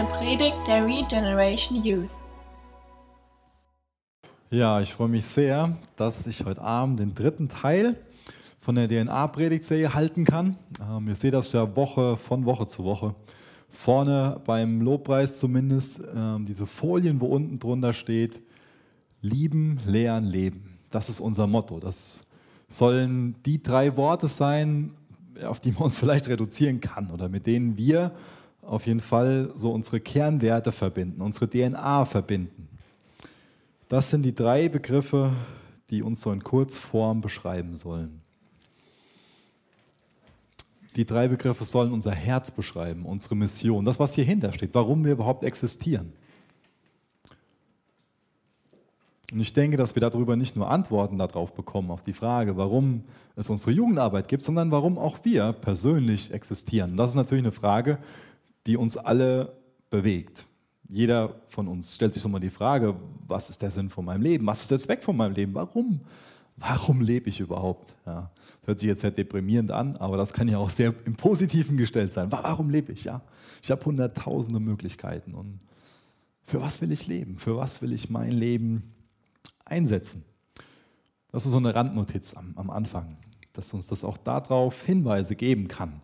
eine Predigt der Regeneration Youth. Ja, ich freue mich sehr, dass ich heute Abend den dritten Teil von der DNA-Predigtserie halten kann. Ihr seht das ja von Woche zu Woche. Vorne beim Lobpreis zumindest diese Folien, wo unten drunter steht, lieben, lehren, leben. Das ist unser Motto. Das sollen die 3 Worte sein, auf die man uns vielleicht reduzieren kann oder mit denen wir auf jeden Fall so unsere Kernwerte verbinden, unsere DNA verbinden. Das sind die 3 Begriffe, die uns so in Kurzform beschreiben sollen. Die 3 Begriffe sollen unser Herz beschreiben, unsere Mission, das, was hier hinter steht, warum wir überhaupt existieren. Und ich denke, dass wir darüber nicht nur Antworten darauf bekommen, auf die Frage, warum es unsere Jugendarbeit gibt, sondern warum auch wir persönlich existieren. Das ist natürlich eine Frage, die uns alle bewegt. Jeder von uns stellt sich so mal die Frage, was ist der Sinn von meinem Leben? Was ist der Zweck von meinem Leben? Warum lebe ich überhaupt? Ja, das hört sich jetzt sehr deprimierend an, aber das kann ja auch sehr im Positiven gestellt sein. Warum lebe ich? Ja, ich habe hunderttausende Möglichkeiten. Und für was will ich leben? Für was will ich mein Leben einsetzen? Das ist so eine Randnotiz am Anfang, dass uns das auch darauf Hinweise geben kann.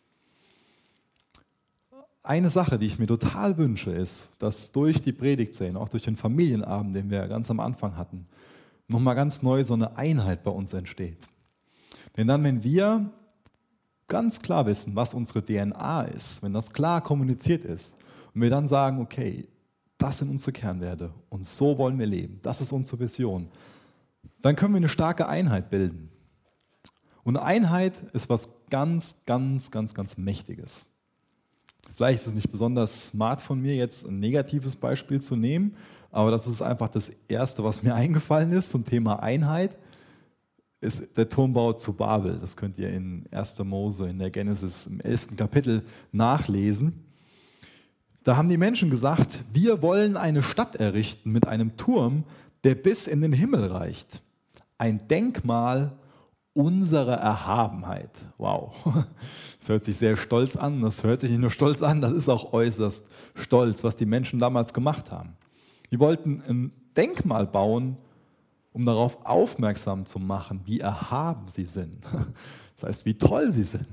Eine Sache, die ich mir total wünsche, ist, dass durch die Predigtserien, auch durch den Familienabend, den wir ganz am Anfang hatten, nochmal ganz neu so eine Einheit bei uns entsteht. Denn dann, wenn wir ganz klar wissen, was unsere DNA ist, wenn das klar kommuniziert ist und wir dann sagen, okay, das sind unsere Kernwerte und so wollen wir leben, das ist unsere Vision, dann können wir eine starke Einheit bilden. Und eine Einheit ist was ganz, ganz, ganz, ganz Mächtiges. Vielleicht ist es nicht besonders smart von mir, jetzt ein negatives Beispiel zu nehmen, aber das ist einfach das Erste, was mir eingefallen ist zum Thema Einheit, ist der Turmbau zu Babel. Das könnt ihr in 1. Mose, in der Genesis im 11. Kapitel nachlesen. Da haben die Menschen gesagt, wir wollen eine Stadt errichten mit einem Turm, der bis in den Himmel reicht. Ein Denkmal unserer Erhabenheit. Wow, das hört sich sehr stolz an. Das hört sich nicht nur stolz an, das ist auch äußerst stolz, was die Menschen damals gemacht haben. Die wollten ein Denkmal bauen, um darauf aufmerksam zu machen, wie erhaben sie sind. Das heißt, wie toll sie sind.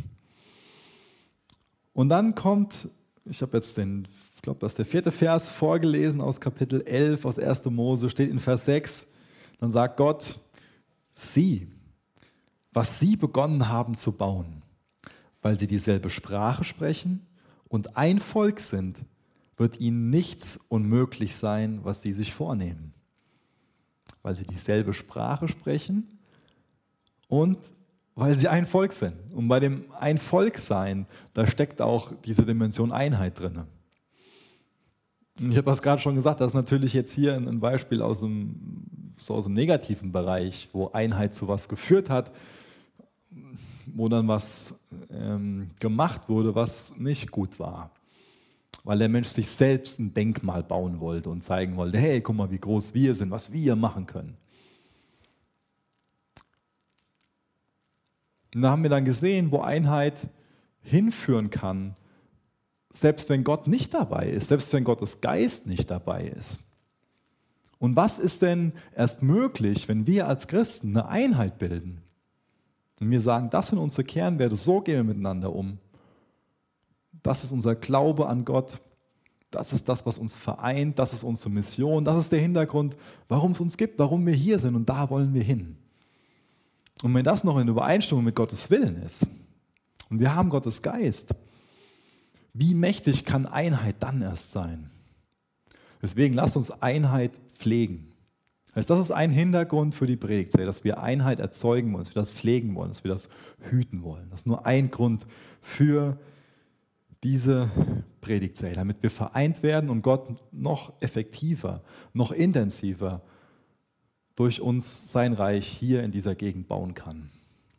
Und dann kommt, ich habe jetzt ich glaube, das ist der 4. Vers vorgelesen aus Kapitel 11 aus 1. Mose, steht in Vers 6, dann sagt Gott, was sie begonnen haben zu bauen, weil sie dieselbe Sprache sprechen und ein Volk sind, wird ihnen nichts unmöglich sein, was sie sich vornehmen. Weil sie dieselbe Sprache sprechen und weil sie ein Volk sind. Und bei dem ein Volk sein, da steckt auch diese Dimension Einheit drin. Ich habe das gerade schon gesagt, das ist natürlich jetzt hier ein Beispiel aus dem negativen Bereich, wo Einheit zu was geführt hat, wo dann was gemacht wurde, was nicht gut war. Weil der Mensch sich selbst ein Denkmal bauen wollte und zeigen wollte, hey, guck mal, wie groß wir sind, was wir machen können. Und da haben wir dann gesehen, wo Einheit hinführen kann, selbst wenn Gott nicht dabei ist, selbst wenn Gottes Geist nicht dabei ist. Und was ist denn erst möglich, wenn wir als Christen eine Einheit bilden? Und wir sagen, das sind unsere Kernwerte, so gehen wir miteinander um. Das ist unser Glaube an Gott. Das ist das, was uns vereint. Das ist unsere Mission. Das ist der Hintergrund, warum es uns gibt, warum wir hier sind. Und da wollen wir hin. Und wenn das noch in Übereinstimmung mit Gottes Willen ist und wir haben Gottes Geist, wie mächtig kann Einheit dann erst sein? Deswegen lasst uns Einheit pflegen. Das ist ein Hintergrund für die Predigtserie, dass wir Einheit erzeugen wollen, dass wir das pflegen wollen, dass wir das hüten wollen. Das ist nur ein Grund für diese Predigtserie, damit wir vereint werden und Gott noch effektiver, noch intensiver durch uns sein Reich hier in dieser Gegend bauen kann.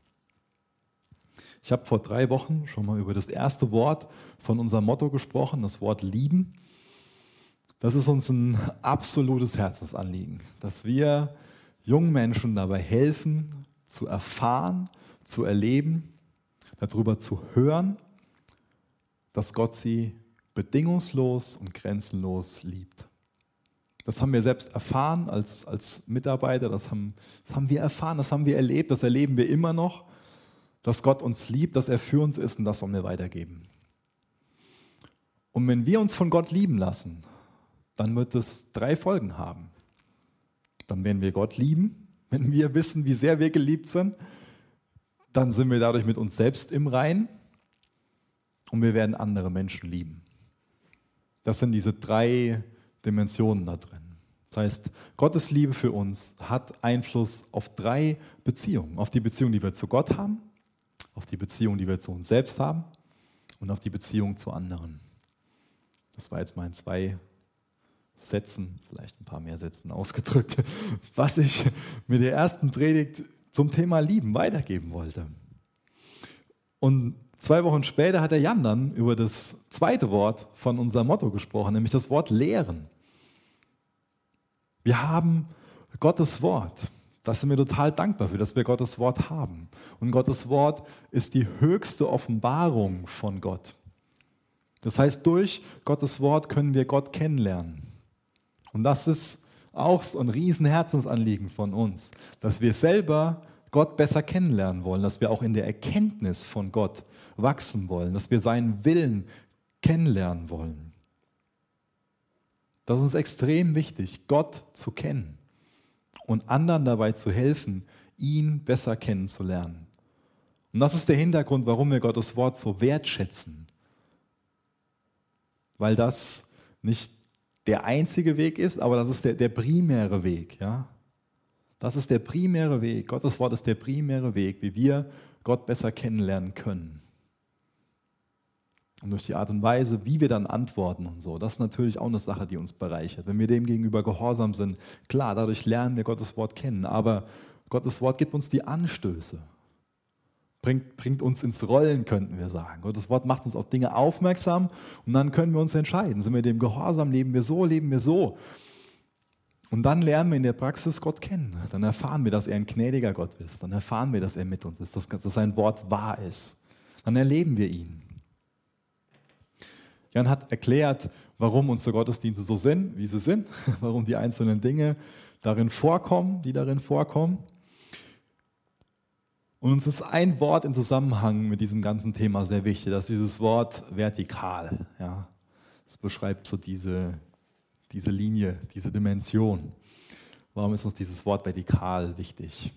Ich habe vor 3 Wochen schon mal über das erste Wort von unserem Motto gesprochen, das Wort lieben. Das ist uns ein absolutes Herzensanliegen, dass wir jungen Menschen dabei helfen, zu erfahren, zu erleben, darüber zu hören, dass Gott sie bedingungslos und grenzenlos liebt. Das haben wir selbst erfahren als Mitarbeiter, das haben wir erfahren, das haben wir erlebt, das erleben wir immer noch, dass Gott uns liebt, dass er für uns ist und das sollen wir weitergeben. Und wenn wir uns von Gott lieben lassen, dann wird es 3 Folgen haben. Dann werden wir Gott lieben, wenn wir wissen, wie sehr wir geliebt sind. Dann sind wir dadurch mit uns selbst im Reinen und wir werden andere Menschen lieben. Das sind diese 3 Dimensionen da drin. Das heißt, Gottes Liebe für uns hat Einfluss auf 3 Beziehungen. Auf die Beziehung, die wir zu Gott haben, auf die Beziehung, die wir zu uns selbst haben und auf die Beziehung zu anderen. Das war jetzt mal in 2 Sätzen, vielleicht ein paar mehr Sätzen ausgedrückt, was ich mit der ersten Predigt zum Thema Lieben weitergeben wollte. Und 2 Wochen später hat der Jan dann über das zweite Wort von unserem Motto gesprochen, nämlich das Wort lehren. Wir haben Gottes Wort. Da sind wir total dankbar für, dass wir Gottes Wort haben. Und Gottes Wort ist die höchste Offenbarung von Gott. Das heißt, durch Gottes Wort können wir Gott kennenlernen. Und das ist auch so ein riesen Herzensanliegen von uns, dass wir selber Gott besser kennenlernen wollen, dass wir auch in der Erkenntnis von Gott wachsen wollen, dass wir seinen Willen kennenlernen wollen. Das ist extrem wichtig, Gott zu kennen und anderen dabei zu helfen, ihn besser kennenzulernen. Und das ist der Hintergrund, warum wir Gottes Wort so wertschätzen. Weil das nicht der einzige Weg ist, aber das ist der primäre Weg. Ja? Das ist der primäre Weg. Gottes Wort ist der primäre Weg, wie wir Gott besser kennenlernen können. Und durch die Art und Weise, wie wir dann antworten und so, das ist natürlich auch eine Sache, die uns bereichert. Wenn wir dem gegenüber gehorsam sind, klar, dadurch lernen wir Gottes Wort kennen, aber Gottes Wort gibt uns die Anstöße, bringt uns ins Rollen, könnten wir sagen. Gottes Wort macht uns auf Dinge aufmerksam und dann können wir uns entscheiden, sind wir dem gehorsam, leben wir so. Und dann lernen wir in der Praxis Gott kennen. Dann erfahren wir, dass er ein gnädiger Gott ist. Dann erfahren wir, dass er mit uns ist, dass sein Wort wahr ist. Dann erleben wir ihn. Jan hat erklärt, warum unsere Gottesdienste so sind, wie sie sind, warum die einzelnen Dinge darin vorkommen, die darin vorkommen. Und uns ist ein Wort im Zusammenhang mit diesem ganzen Thema sehr wichtig, das ist dieses Wort vertikal. Ja, das beschreibt so diese Linie, diese Dimension. Warum ist uns dieses Wort vertikal wichtig?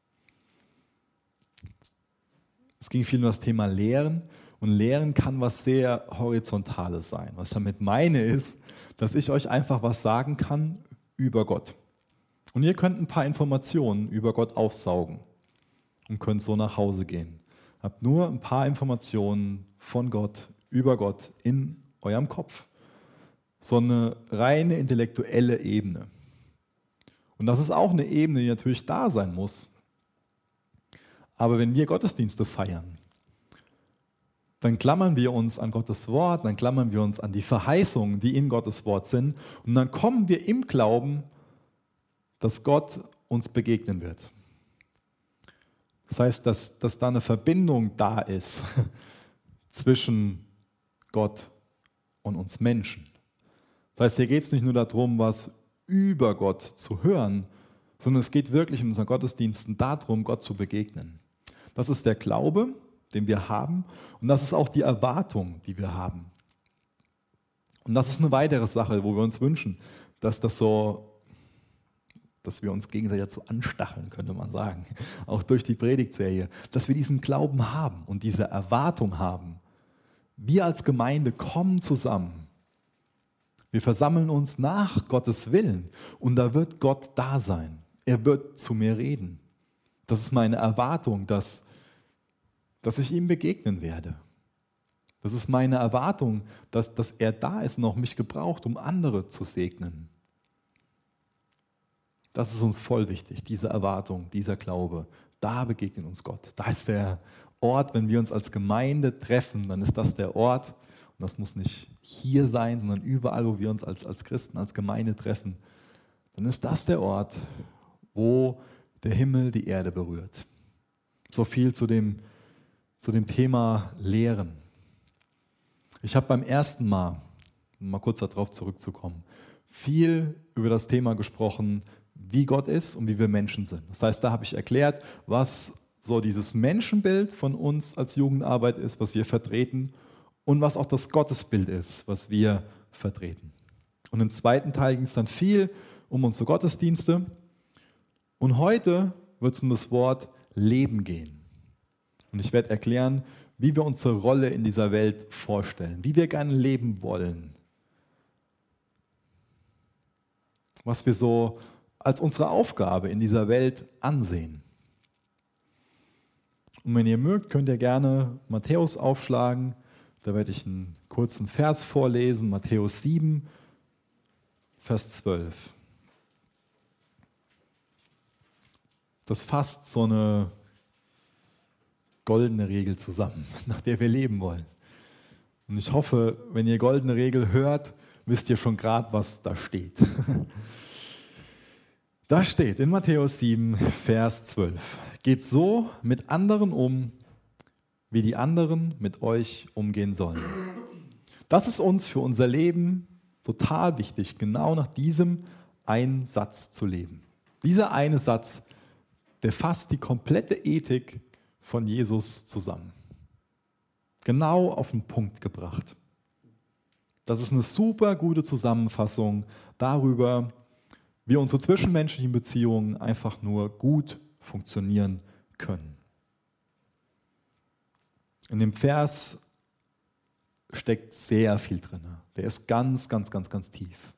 Es ging viel um das Thema Lehren. Und Lehren kann was sehr Horizontales sein. Was ich damit meine ist, dass ich euch einfach was sagen kann über Gott. Und ihr könnt ein paar Informationen über Gott aufsaugen und könnt so nach Hause gehen. Habt nur ein paar Informationen von Gott, über Gott in eurem Kopf. So eine reine intellektuelle Ebene. Und das ist auch eine Ebene, die natürlich da sein muss. Aber wenn wir Gottesdienste feiern, dann klammern wir uns an Gottes Wort, dann klammern wir uns an die Verheißungen, die in Gottes Wort sind. Und dann kommen wir im Glauben, dass Gott uns begegnen wird. Das heißt, dass da eine Verbindung da ist zwischen Gott und uns Menschen. Das heißt, hier geht es nicht nur darum, was über Gott zu hören, sondern es geht wirklich in unseren Gottesdiensten darum, Gott zu begegnen. Das ist der Glaube, den wir haben, und das ist auch die Erwartung, die wir haben. Und das ist eine weitere Sache, wo wir uns wünschen, dass wir uns gegenseitig dazu anstacheln, könnte man sagen, auch durch die Predigtserie, dass wir diesen Glauben haben und diese Erwartung haben. Wir als Gemeinde kommen zusammen. Wir versammeln uns nach Gottes Willen und da wird Gott da sein. Er wird zu mir reden. Das ist meine Erwartung, dass ich ihm begegnen werde. Das ist meine Erwartung, dass er da ist und auch mich gebraucht, um andere zu segnen. Das ist uns voll wichtig, diese Erwartung, dieser Glaube. Da begegnet uns Gott. Da ist der Ort, wenn wir uns als Gemeinde treffen, dann ist das der Ort. Und das muss nicht hier sein, sondern überall, wo wir uns als Christen, als Gemeinde treffen. Dann ist das der Ort, wo der Himmel die Erde berührt. So viel zu dem Thema Lehren. Ich habe beim ersten Mal um mal kurz darauf zurückzukommen, viel über das Thema gesprochen, wie Gott ist und wie wir Menschen sind. Das heißt, da habe ich erklärt, was so dieses Menschenbild von uns als Jugendarbeit ist, was wir vertreten und was auch das Gottesbild ist, was wir vertreten. Und im zweiten Teil ging es dann viel um unsere Gottesdienste. Und heute wird es um das Wort Leben gehen. Und ich werde erklären, wie wir unsere Rolle in dieser Welt vorstellen, wie wir gerne leben wollen. Was wir so als unsere Aufgabe in dieser Welt ansehen. Und wenn ihr mögt, könnt ihr gerne Matthäus aufschlagen. Da werde ich einen kurzen Vers vorlesen, Matthäus 7, Vers 12. Das fasst so eine goldene Regel zusammen, nach der wir leben wollen. Und ich hoffe, wenn ihr goldene Regel hört, wisst ihr schon gerade, was da steht. Da steht in Matthäus 7, Vers 12, geht so mit anderen um, wie die anderen mit euch umgehen sollen. Das ist uns für unser Leben total wichtig, genau nach diesem einen Satz zu leben. Dieser eine Satz, der fasst die komplette Ethik von Jesus zusammen. Genau auf den Punkt gebracht. Das ist eine super gute Zusammenfassung darüber, wie unsere zwischenmenschlichen Beziehungen einfach nur gut funktionieren können. In dem Vers steckt sehr viel drin. Der ist ganz, ganz, ganz, ganz tief.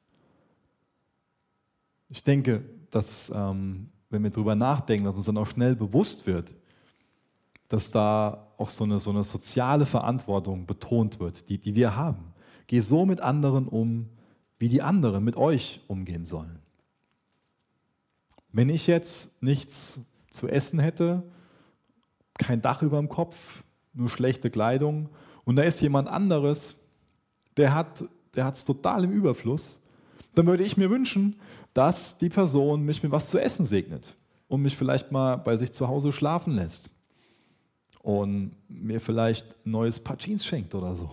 Ich denke, dass, wenn wir darüber nachdenken, dass uns dann auch schnell bewusst wird, dass da auch so eine soziale Verantwortung betont wird, die wir haben. Geh so mit anderen um, wie die anderen mit euch umgehen sollen. Wenn ich jetzt nichts zu essen hätte, kein Dach über dem Kopf, nur schlechte Kleidung und da ist jemand anderes, der hat es total im Überfluss, dann würde ich mir wünschen, dass die Person mich mit was zu essen segnet und mich vielleicht mal bei sich zu Hause schlafen lässt und mir vielleicht ein neues Paar Jeans schenkt oder so.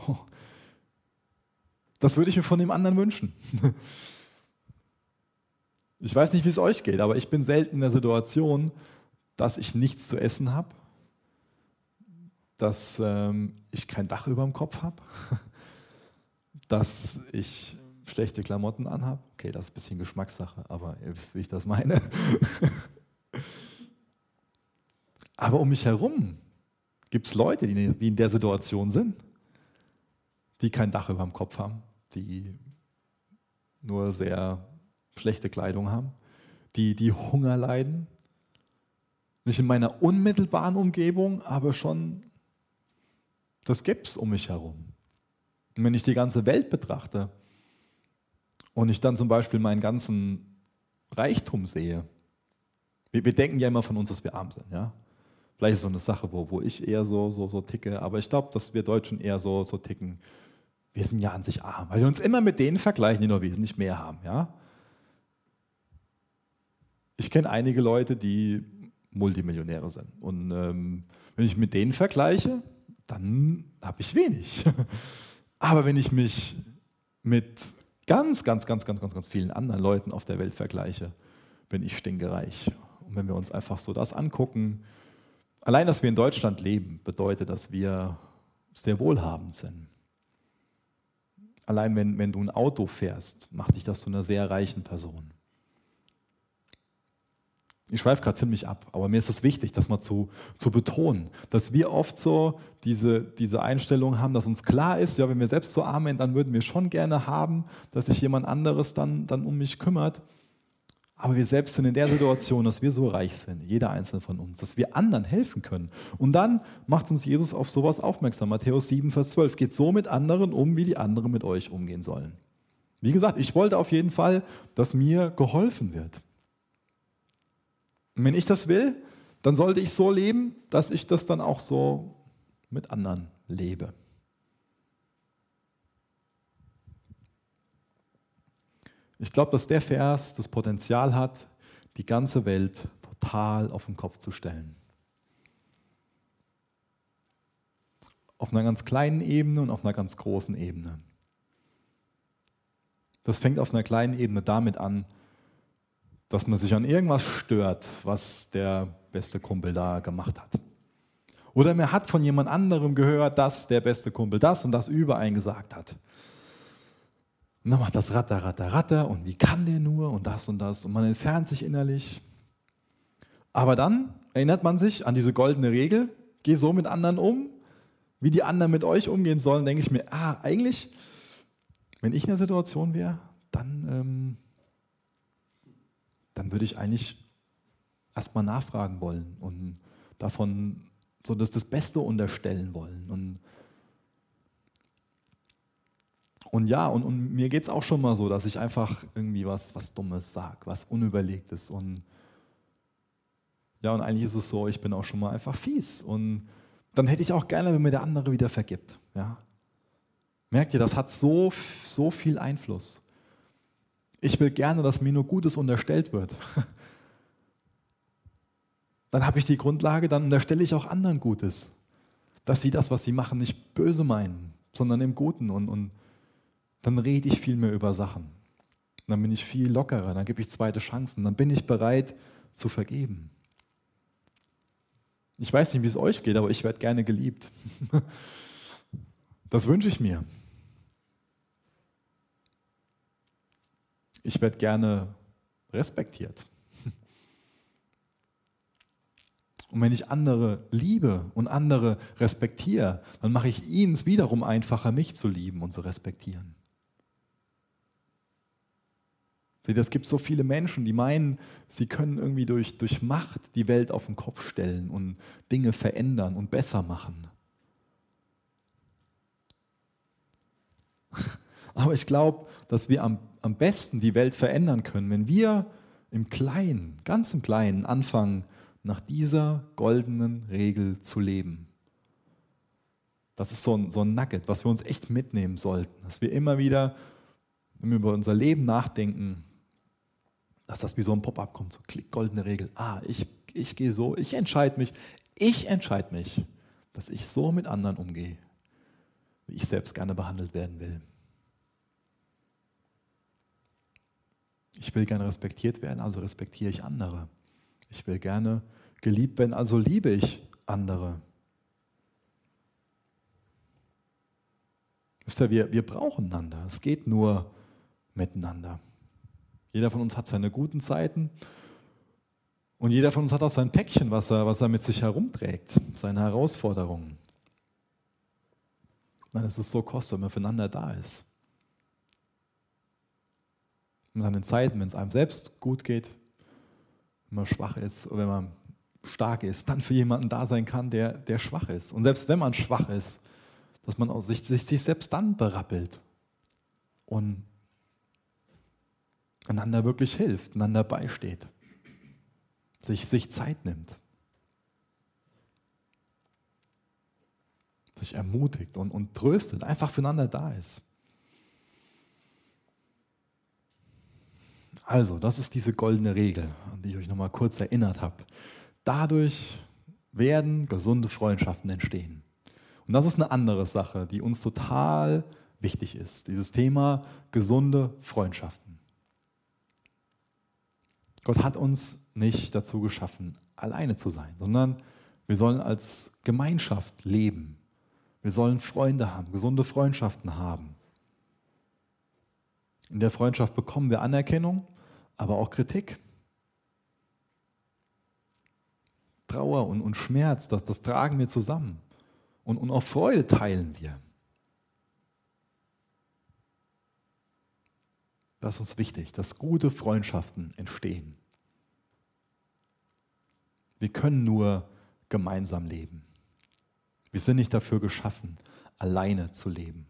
Das würde ich mir von dem anderen wünschen. Ich weiß nicht, wie es euch geht, aber ich bin selten in der Situation, dass ich nichts zu essen habe, dass ich kein Dach über dem Kopf habe, dass ich schlechte Klamotten anhabe. Okay, das ist ein bisschen Geschmackssache, aber ihr wisst, wie ich das meine. Aber um mich herum gibt es Leute, die in der Situation sind, die kein Dach über dem Kopf haben, die nur sehr schlechte Kleidung haben, die Hunger leiden. Nicht in meiner unmittelbaren Umgebung, aber schon, das gibt es um mich herum. Und wenn ich die ganze Welt betrachte und ich dann zum Beispiel meinen ganzen Reichtum sehe, wir denken ja immer von uns, dass wir arm sind. Ja? Vielleicht ist es so eine Sache, wo ich eher so ticke, aber ich glaube, dass wir Deutschen eher so ticken. Wir sind ja an sich arm, weil wir uns immer mit denen vergleichen, die noch wesentlich mehr haben. Ja? Ich kenne einige Leute, die Multimillionäre sind. Und wenn ich mit denen vergleiche, dann habe ich wenig. Aber wenn ich mich mit ganz, ganz, ganz, ganz, ganz, ganz vielen anderen Leuten auf der Welt vergleiche, bin ich stinkereich. Und wenn wir uns einfach so das angucken, allein, dass wir in Deutschland leben, bedeutet, dass wir sehr wohlhabend sind. Allein, wenn du ein Auto fährst, macht dich das zu einer sehr reichen Person. Ich schweife gerade ziemlich ab, aber mir ist es wichtig, das mal zu betonen, dass wir oft so diese Einstellung haben, dass uns klar ist, ja, wenn wir selbst so arm sind, dann würden wir schon gerne haben, dass sich jemand anderes dann um mich kümmert. Aber wir selbst sind in der Situation, dass wir so reich sind, jeder einzelne von uns, dass wir anderen helfen können. Und dann macht uns Jesus auf sowas aufmerksam. Matthäus 7, Vers 12. Geht so mit anderen um, wie die anderen mit euch umgehen sollen. Wie gesagt, ich wollte auf jeden Fall, dass mir geholfen wird. Und wenn ich das will, dann sollte ich so leben, dass ich das dann auch so mit anderen lebe. Ich glaube, dass der Vers das Potenzial hat, die ganze Welt total auf den Kopf zu stellen. Auf einer ganz kleinen Ebene und auf einer ganz großen Ebene. Das fängt auf einer kleinen Ebene damit an, dass man sich an irgendwas stört, was der beste Kumpel da gemacht hat. Oder man hat von jemand anderem gehört, dass der beste Kumpel das und das über einen gesagt hat. Und dann macht das Ratter, Ratter, Ratter und wie kann der nur und das und das und man entfernt sich innerlich. Aber dann erinnert man sich an diese goldene Regel, geh so mit anderen um, wie die anderen mit euch umgehen sollen, denke ich mir, eigentlich, wenn ich in der Situation wäre, dann würde ich eigentlich erstmal nachfragen wollen und davon so das Beste unterstellen wollen. Und mir geht es auch schon mal so, dass ich einfach irgendwie was Dummes sage, was Unüberlegtes. Und eigentlich ist es so, ich bin auch schon mal einfach fies. Und dann hätte ich auch gerne, wenn mir der andere wieder vergibt. Ja? Merkt ihr, das hat so viel Einfluss. Ich will gerne, dass mir nur Gutes unterstellt wird. Dann habe ich die Grundlage, dann unterstelle ich auch anderen Gutes. Dass sie das, was sie machen, nicht böse meinen, sondern im Guten. Und dann rede ich viel mehr über Sachen. Dann bin ich viel lockerer, dann gebe ich zweite Chancen, dann bin ich bereit zu vergeben. Ich weiß nicht, wie es euch geht, aber ich werde gerne geliebt. Das wünsche ich mir. Ich werde gerne respektiert. Und wenn ich andere liebe und andere respektiere, dann mache ich ihnen es wiederum einfacher, mich zu lieben und zu respektieren. Es gibt so viele Menschen, die meinen, sie können irgendwie durch Macht die Welt auf den Kopf stellen und Dinge verändern und besser machen. Aber ich glaube, dass wir am besten die Welt verändern können, wenn wir im Kleinen, ganz im Kleinen anfangen, nach dieser goldenen Regel zu leben. Das ist so ein Nugget, was wir uns echt mitnehmen sollten. Dass wir immer wieder, wenn wir über unser Leben nachdenken, dass das wie so ein Pop-up kommt, so klick, goldene Regel. Ich gehe so, ich entscheide mich, dass ich so mit anderen umgehe, wie ich selbst gerne behandelt werden will. Ich will gerne respektiert werden, also respektiere ich andere. Ich will gerne geliebt werden, also liebe ich andere. Wisst ihr, wir brauchen einander. Es geht nur miteinander. Jeder von uns hat seine guten Zeiten und jeder von uns hat auch sein Päckchen, was er mit sich herumträgt, seine Herausforderungen. Nein, es ist so kostbar, wenn man füreinander da ist. In seinen Zeiten, wenn es einem selbst gut geht, wenn man schwach ist oder wenn man stark ist, dann für jemanden da sein kann, der schwach ist. Und selbst wenn man schwach ist, dass man sich selbst dann berappelt und einander wirklich hilft, einander beisteht, sich Zeit nimmt, sich ermutigt und tröstet, einfach füreinander da ist. Also, das ist diese goldene Regel, an die ich euch nochmal kurz erinnert habe. Dadurch werden gesunde Freundschaften entstehen. Und das ist eine andere Sache, die uns total wichtig ist. Dieses Thema gesunde Freundschaften. Gott hat uns nicht dazu geschaffen, alleine zu sein, sondern wir sollen als Gemeinschaft leben. Wir sollen Freunde haben, gesunde Freundschaften haben. In der Freundschaft bekommen wir Anerkennung, aber auch Kritik. Trauer und Schmerz, das tragen wir zusammen. Und auch Freude teilen wir. Das ist uns wichtig, dass gute Freundschaften entstehen. Wir können nur gemeinsam leben. Wir sind nicht dafür geschaffen, alleine zu leben.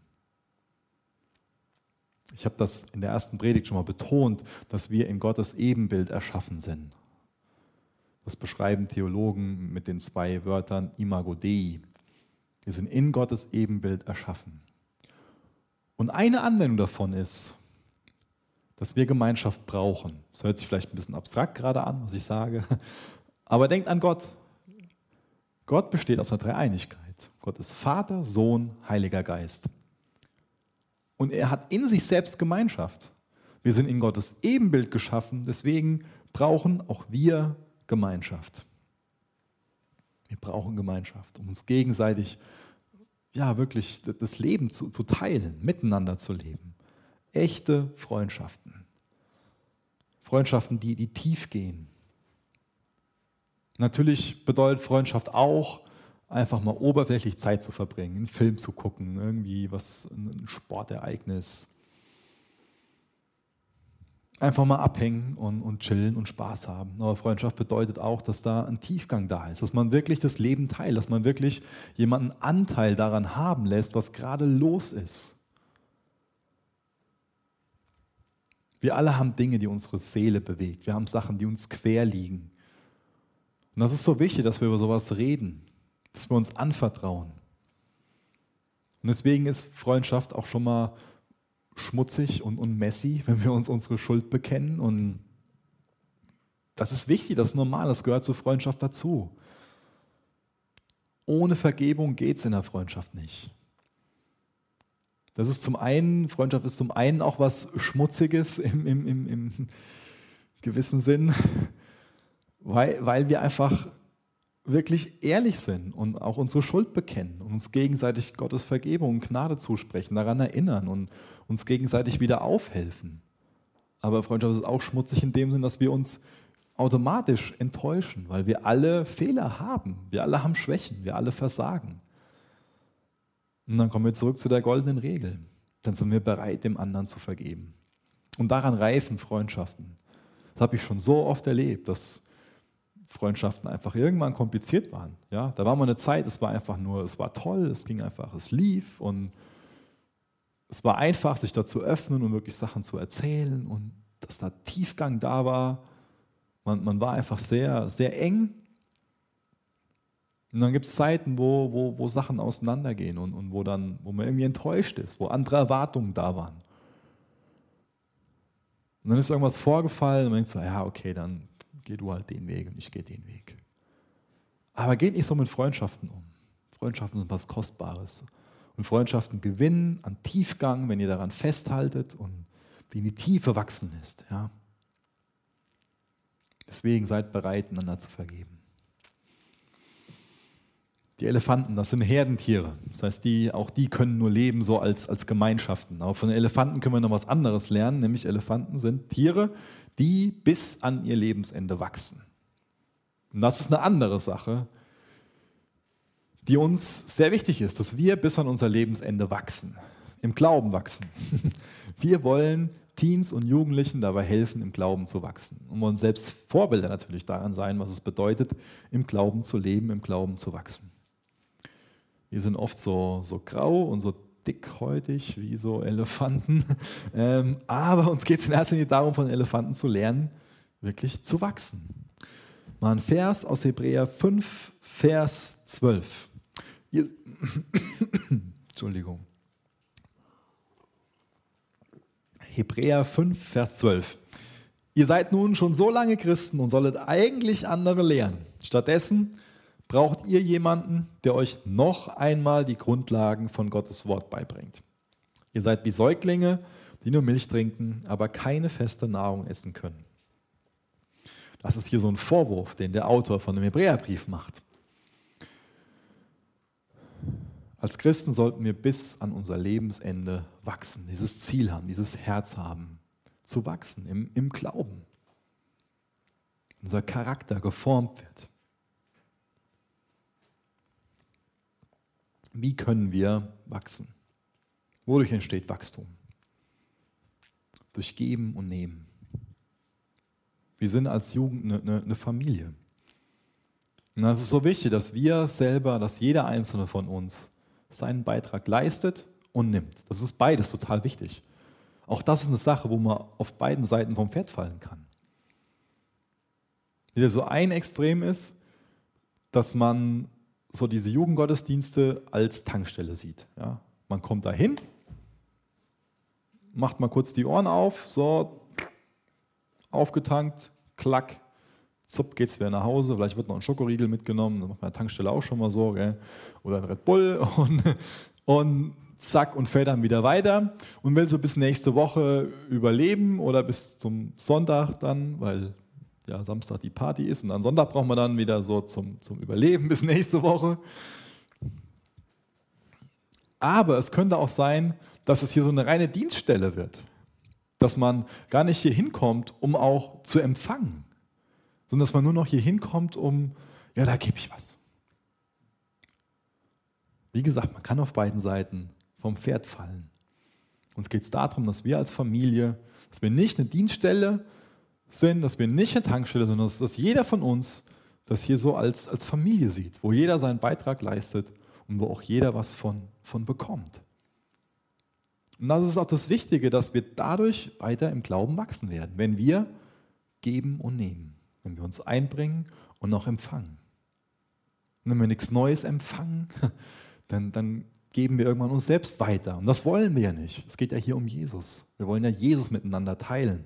Ich habe das in der ersten Predigt schon mal betont, dass wir in Gottes Ebenbild erschaffen sind. Das beschreiben Theologen mit den 2 Wörtern Imago Dei. Wir sind in Gottes Ebenbild erschaffen. Und eine Anwendung davon ist, dass wir Gemeinschaft brauchen. Das hört sich vielleicht ein bisschen abstrakt gerade an, was ich sage. Aber denkt an Gott. Gott besteht aus einer Dreieinigkeit. Gott ist Vater, Sohn, Heiliger Geist. Und er hat in sich selbst Gemeinschaft. Wir sind in Gottes Ebenbild geschaffen, deswegen brauchen auch wir Gemeinschaft. Wir brauchen Gemeinschaft, um uns gegenseitig wirklich das Leben zu teilen, miteinander zu leben. Echte Freundschaften. Freundschaften, die tief gehen. Natürlich bedeutet Freundschaft auch, einfach mal oberflächlich Zeit zu verbringen, einen Film zu gucken, irgendwie ein Sportereignis. Einfach mal abhängen und chillen und Spaß haben. Aber Freundschaft bedeutet auch, dass da ein Tiefgang da ist, dass man wirklich das Leben teilt, dass man wirklich jemanden Anteil daran haben lässt, was gerade los ist. Wir alle haben Dinge, die unsere Seele bewegt. Wir haben Sachen, die uns quer liegen. Und das ist so wichtig, dass wir über sowas reden, dass wir uns anvertrauen. Und deswegen ist Freundschaft auch schon mal schmutzig und messy, wenn wir uns unsere Schuld bekennen. Und das ist wichtig, das ist normal, das gehört zur Freundschaft dazu. Ohne Vergebung geht es in der Freundschaft nicht. Freundschaft ist zum einen auch was Schmutziges im gewissen Sinn, weil wir einfach wirklich ehrlich sind und auch unsere Schuld bekennen und uns gegenseitig Gottes Vergebung und Gnade zusprechen, daran erinnern und uns gegenseitig wieder aufhelfen. Aber Freundschaft ist auch schmutzig in dem Sinn, dass wir uns automatisch enttäuschen, weil wir alle Fehler haben. Wir alle haben Schwächen, wir alle versagen. Und dann kommen wir zurück zu der goldenen Regel. Dann sind wir bereit, dem anderen zu vergeben. Und daran reifen Freundschaften. Das habe ich schon so oft erlebt, dass Freundschaften einfach irgendwann kompliziert waren. Ja, da war mal eine Zeit, es war toll, es ging einfach, es lief und es war einfach, sich da zu öffnen und wirklich Sachen zu erzählen und dass da Tiefgang da war. Man war einfach sehr, sehr eng. Und dann gibt es Zeiten, wo Sachen auseinandergehen und wo man irgendwie enttäuscht ist, wo andere Erwartungen da waren. Und dann ist irgendwas vorgefallen und man denkt so, ja, okay, dann geh du halt den Weg und ich gehe den Weg. Aber geht nicht so mit Freundschaften um. Freundschaften sind was Kostbares. Und Freundschaften gewinnen an Tiefgang, wenn ihr daran festhaltet und die in die Tiefe wachsen lässt. Ja? Deswegen seid bereit, einander zu vergeben. Die Elefanten, das sind Herdentiere. Das heißt, auch die können nur leben so als Gemeinschaften. Aber von den Elefanten können wir noch was anderes lernen, nämlich Elefanten sind Tiere, die bis an ihr Lebensende wachsen. Und das ist eine andere Sache, die uns sehr wichtig ist, dass wir bis an unser Lebensende wachsen, im Glauben wachsen. Wir wollen Teens und Jugendlichen dabei helfen, im Glauben zu wachsen. Und wollen selbst Vorbilder natürlich daran sein, was es bedeutet, im Glauben zu leben, im Glauben zu wachsen. Wir sind oft so grau und so dickhäutig wie so Elefanten. Aber uns geht es in erster Linie darum, von Elefanten zu lernen, wirklich zu wachsen. Mal ein Vers aus Hebräer 5, Vers 12. Entschuldigung. Hebräer 5, Vers 12. Ihr seid nun schon so lange Christen und solltet eigentlich andere lehren. Stattdessen braucht ihr jemanden, der euch noch einmal die Grundlagen von Gottes Wort beibringt. Ihr seid wie Säuglinge, die nur Milch trinken, aber keine feste Nahrung essen können. Das ist hier so ein Vorwurf, den der Autor von dem Hebräerbrief macht. Als Christen sollten wir bis an unser Lebensende wachsen, dieses Ziel haben, dieses Herz haben, zu wachsen im Glauben. Unser Charakter geformt wird. Wie können wir wachsen? Wodurch entsteht Wachstum? Durch Geben und Nehmen. Wir sind als Jugend eine Familie. Und das ist so wichtig, dass wir selber, dass jeder Einzelne von uns seinen Beitrag leistet und nimmt. Das ist beides total wichtig. Auch das ist eine Sache, wo man auf beiden Seiten vom Pferd fallen kann. Wieder so ein Extrem ist, dass man so diese Jugendgottesdienste als Tankstelle sieht. Ja? Man kommt da hin, macht mal kurz die Ohren auf, so aufgetankt, klack, zupp, geht's wieder nach Hause, vielleicht wird noch ein Schokoriegel mitgenommen, das macht man an der Tankstelle auch schon mal so, gell? Oder ein Red Bull und zack, und fährt dann wieder weiter und will so bis nächste Woche überleben oder bis zum Sonntag dann, weil ja Samstag die Party ist und am Sonntag braucht man dann wieder so zum Überleben bis nächste Woche. Aber es könnte auch sein, dass es hier so eine reine Dienststelle wird, dass man gar nicht hier hinkommt, um auch zu empfangen, sondern dass man nur noch hier hinkommt, ja, da gebe ich was. Wie gesagt, man kann auf beiden Seiten vom Pferd fallen. Uns geht es darum, dass wir als Familie, dass wir nicht eine Dienststelle sind, dass wir nicht eine Tankstelle, sondern dass jeder von uns das hier so als Familie sieht, wo jeder seinen Beitrag leistet und wo auch jeder was von bekommt. Und das ist auch das Wichtige, dass wir dadurch weiter im Glauben wachsen werden, wenn wir geben und nehmen, wenn wir uns einbringen und auch empfangen. Und wenn wir nichts Neues empfangen, dann geben wir irgendwann uns selbst weiter. Und das wollen wir ja nicht. Es geht ja hier um Jesus. Wir wollen ja Jesus miteinander teilen.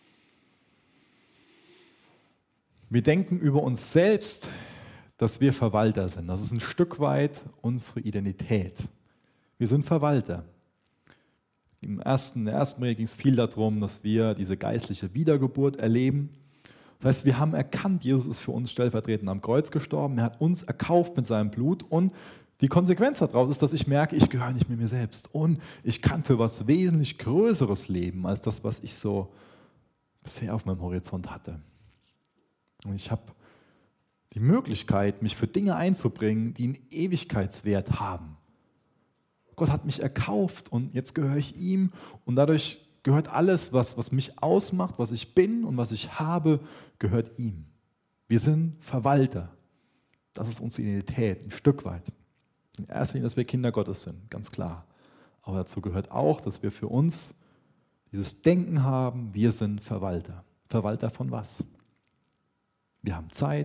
Wir denken über uns selbst, dass wir Verwalter sind. Das ist ein Stück weit unsere Identität. Wir sind Verwalter. In der ersten Predigt ging es viel darum, dass wir diese geistliche Wiedergeburt erleben. Das heißt, wir haben erkannt, Jesus ist für uns stellvertretend am Kreuz gestorben. Er hat uns erkauft mit seinem Blut und die Konsequenz daraus ist, dass ich merke, ich gehöre nicht mehr mir selbst und ich kann für was wesentlich Größeres leben, als das, was ich so bisher auf meinem Horizont hatte. Und ich habe die Möglichkeit, mich für Dinge einzubringen, die einen Ewigkeitswert haben. Gott hat mich erkauft und jetzt gehöre ich ihm und dadurch gehört alles, was mich ausmacht, was ich bin und was ich habe, gehört ihm. Wir sind Verwalter. Das ist unsere Identität, ein Stück weit. In erster Linie, dass wir Kinder Gottes sind, ganz klar. Aber dazu gehört auch, dass wir für uns dieses Denken haben, wir sind Verwalter. Verwalter von was? Wir haben Zeit,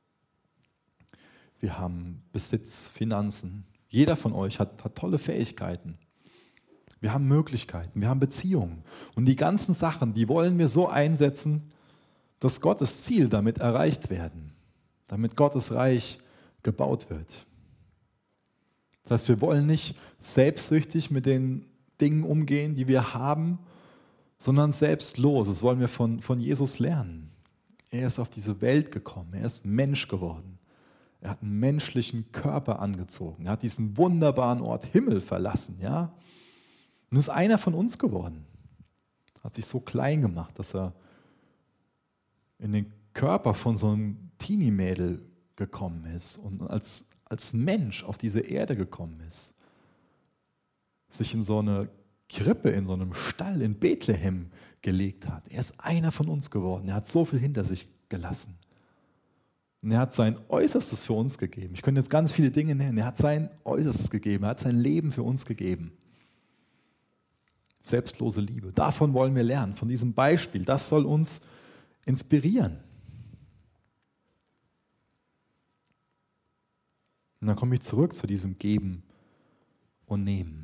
wir haben Besitz, Finanzen. Jeder von euch hat tolle Fähigkeiten. Wir haben Möglichkeiten, wir haben Beziehungen. Und die ganzen Sachen, die wollen wir so einsetzen, dass Gottes Ziel damit erreicht werden. Damit Gottes Reich gebaut wird. Das heißt, wir wollen nicht selbstsüchtig mit den Dingen umgehen, die wir haben, sondern selbstlos. Das wollen wir von Jesus lernen. Er ist auf diese Welt gekommen, er ist Mensch geworden. Er hat einen menschlichen Körper angezogen. Er hat diesen wunderbaren Ort Himmel verlassen. Ja? Und ist einer von uns geworden. Hat sich so klein gemacht, dass er in den Körper von so einem Teenie-Mädel gekommen ist und als Mensch auf diese Erde gekommen ist. Sich in so eine Krippe, in so einem Stall in Bethlehem gelegt hat. Er ist einer von uns geworden. Er hat so viel hinter sich gelassen. Und er hat sein Äußerstes für uns gegeben. Ich könnte jetzt ganz viele Dinge nennen. Er hat sein Äußerstes gegeben. Er hat sein Leben für uns gegeben. Selbstlose Liebe. Davon wollen wir lernen, von diesem Beispiel. Das soll uns inspirieren. Und dann komme ich zurück zu diesem Geben und Nehmen.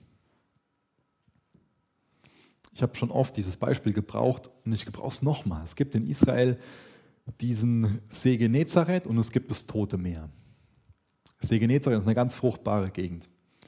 Ich habe schon oft dieses Beispiel gebraucht und ich gebrauche es nochmal. Es gibt in Israel diesen See Genezareth und es gibt das Tote Meer. See Genezareth ist eine ganz fruchtbare Gegend.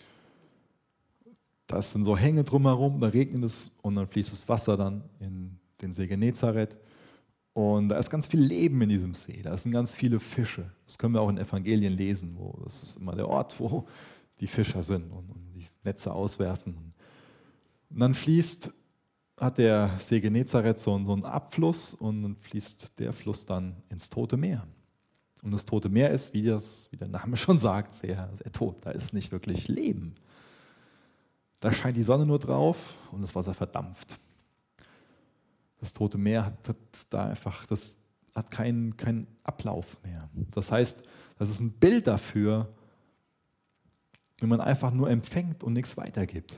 Da sind so Hänge drumherum, da regnet es und dann fließt das Wasser dann in den See Genezareth. Und da ist ganz viel Leben in diesem See, da sind ganz viele Fische. Das können wir auch in Evangelien lesen, das ist immer der Ort, wo die Fischer sind und die Netze auswerfen. Und dann hat der See Genezareth so einen Abfluss und dann fließt der Fluss dann ins Tote Meer. Und das Tote Meer ist, wie der Name schon sagt, sehr, sehr tot. Da ist nicht wirklich Leben. Da scheint die Sonne nur drauf und das Wasser verdampft. Das Tote Meer hat keinen Ablauf mehr. Das heißt, das ist ein Bild dafür, wenn man einfach nur empfängt und nichts weitergibt.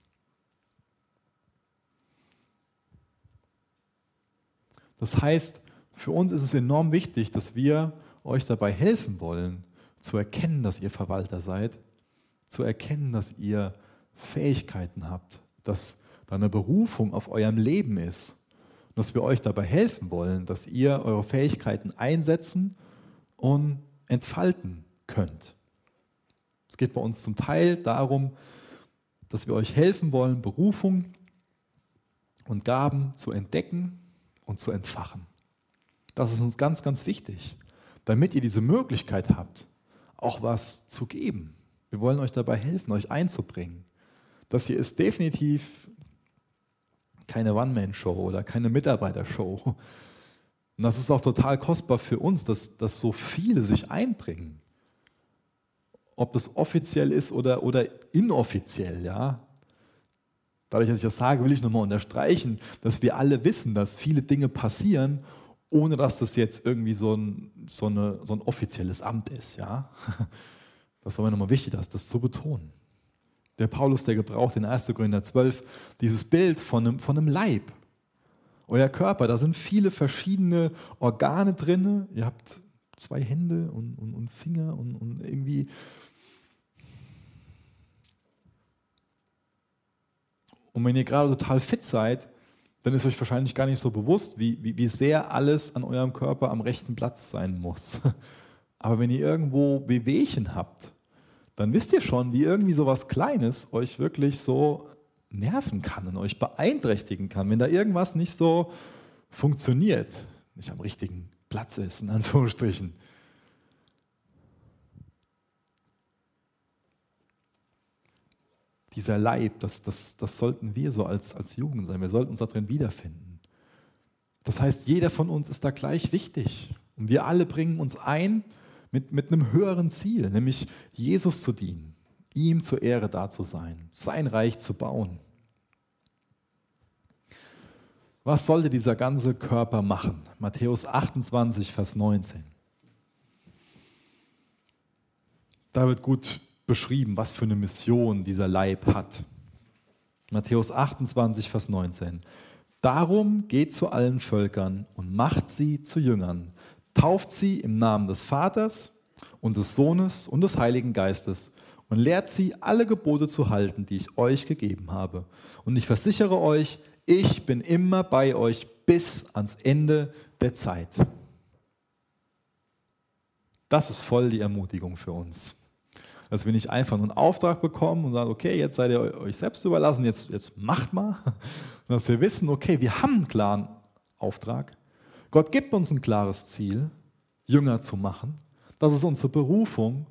Das heißt, für uns ist es enorm wichtig, dass wir euch dabei helfen wollen, zu erkennen, dass ihr Verwalter seid, zu erkennen, dass ihr Fähigkeiten habt, dass da eine Berufung auf eurem Leben ist. Und dass wir euch dabei helfen wollen, dass ihr eure Fähigkeiten einsetzen und entfalten könnt. Es geht bei uns zum Teil darum, dass wir euch helfen wollen, Berufung und Gaben zu entdecken und zu entfachen. Das ist uns ganz, ganz wichtig, damit ihr diese Möglichkeit habt, auch was zu geben. Wir wollen euch dabei helfen, euch einzubringen. Das hier ist definitiv keine One-Man-Show oder keine Mitarbeitershow. Und das ist auch total kostbar für uns, dass so viele sich einbringen. Ob das offiziell ist oder inoffiziell, ja. Dadurch, dass ich das sage, will ich nochmal unterstreichen, dass wir alle wissen, dass viele Dinge passieren, ohne dass das jetzt irgendwie so ein offizielles Amt ist, ja. Das war mir nochmal wichtig, das zu betonen. Der Paulus, der gebraucht in 1. Korinther 12 dieses Bild von einem Leib. Euer Körper, da sind viele verschiedene Organe drin. Ihr habt 2 Hände und Finger und irgendwie. Und wenn ihr gerade total fit seid, dann ist euch wahrscheinlich gar nicht so bewusst, wie sehr alles an eurem Körper am rechten Platz sein muss. Aber wenn ihr irgendwo Wehwehchen habt, dann wisst ihr schon, wie irgendwie so was Kleines euch wirklich so nerven kann und euch beeinträchtigen kann, wenn da irgendwas nicht so funktioniert, nicht am richtigen Platz ist, in Anführungsstrichen. Dieser Leib, das sollten wir so als Jugend sein, wir sollten uns da drin wiederfinden. Das heißt, jeder von uns ist da gleich wichtig und wir alle bringen uns ein mit einem höheren Ziel, nämlich Jesus zu dienen, ihm zur Ehre da zu sein, sein Reich zu bauen. Was sollte dieser ganze Körper machen? Matthäus 28, Vers 19. Da wird gut beschrieben, was für eine Mission dieser Leib hat. Matthäus 28, Vers 19. Darum geht zu allen Völkern und macht sie zu Jüngern. Tauft sie im Namen des Vaters und des Sohnes und des Heiligen Geistes und lehrt sie, alle Gebote zu halten, die ich euch gegeben habe. Und ich versichere euch, ich bin immer bei euch bis ans Ende der Zeit. Das ist voll die Ermutigung für uns. Dass wir nicht einfach nur einen Auftrag bekommen und sagen, okay, jetzt seid ihr euch selbst überlassen, jetzt macht mal. Und dass wir wissen, okay, wir haben einen klaren Auftrag. Gott gibt uns ein klares Ziel, Jünger zu machen. Das ist unsere Berufung.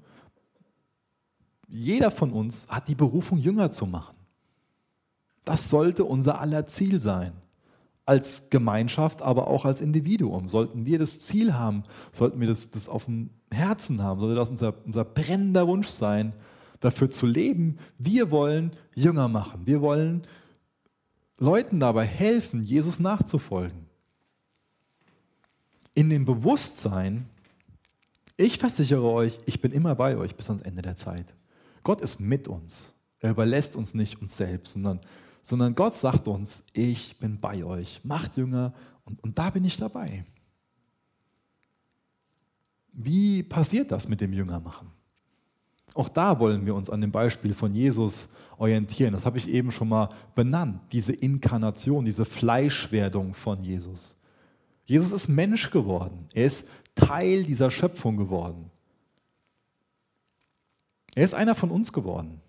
Jeder von uns hat die Berufung, Jünger zu machen. Das sollte unser aller Ziel sein. Als Gemeinschaft, aber auch als Individuum. Sollten wir das Ziel haben, sollten wir das auf dem Herzen haben, sollte das unser brennender Wunsch sein, dafür zu leben. Wir wollen Jünger machen. Wir wollen Leuten dabei helfen, Jesus nachzufolgen. In dem Bewusstsein, ich versichere euch, ich bin immer bei euch bis ans Ende der Zeit. Gott ist mit uns. Er überlässt uns nicht uns selbst, sondern Gott sagt uns, ich bin bei euch, macht Jünger und da bin ich dabei. Wie passiert das mit dem Jüngermachen? Auch da wollen wir uns an dem Beispiel von Jesus orientieren. Das habe ich eben schon mal benannt, diese Inkarnation, diese Fleischwerdung von Jesus. Jesus ist Mensch geworden, er ist Teil dieser Schöpfung geworden. Er ist einer von uns geworden.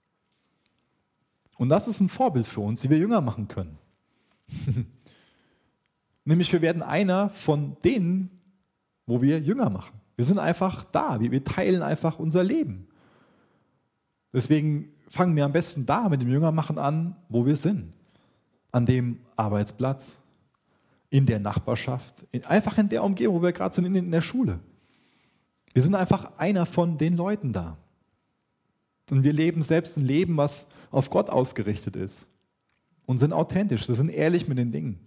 Und das ist ein Vorbild für uns, wie wir Jünger machen können. Nämlich wir werden einer von denen, wo wir Jünger machen. Wir sind einfach da, wir teilen einfach unser Leben. Deswegen fangen wir am besten da mit dem Jüngermachen an, wo wir sind. An dem Arbeitsplatz, in der Nachbarschaft, einfach in der Umgebung, wo wir gerade sind, in der Schule. Wir sind einfach einer von den Leuten da. Und wir leben selbst ein Leben, was auf Gott ausgerichtet ist. Und sind authentisch, wir sind ehrlich mit den Dingen.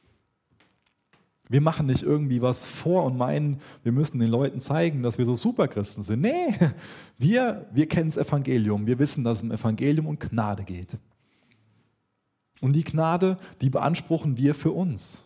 Wir machen nicht irgendwie was vor und meinen, wir müssen den Leuten zeigen, dass wir so Superchristen sind. Nee, wir kennen das Evangelium. Wir wissen, dass es im Evangelium um Gnade geht. Und die Gnade, die beanspruchen wir für uns.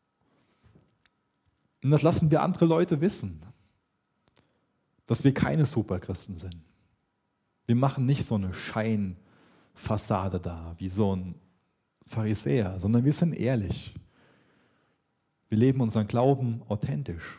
Und das lassen wir andere Leute wissen, dass wir keine Superchristen sind. Wir machen nicht so eine Scheinfassade da, wie so ein Pharisäer, sondern wir sind ehrlich. Wir leben unseren Glauben authentisch.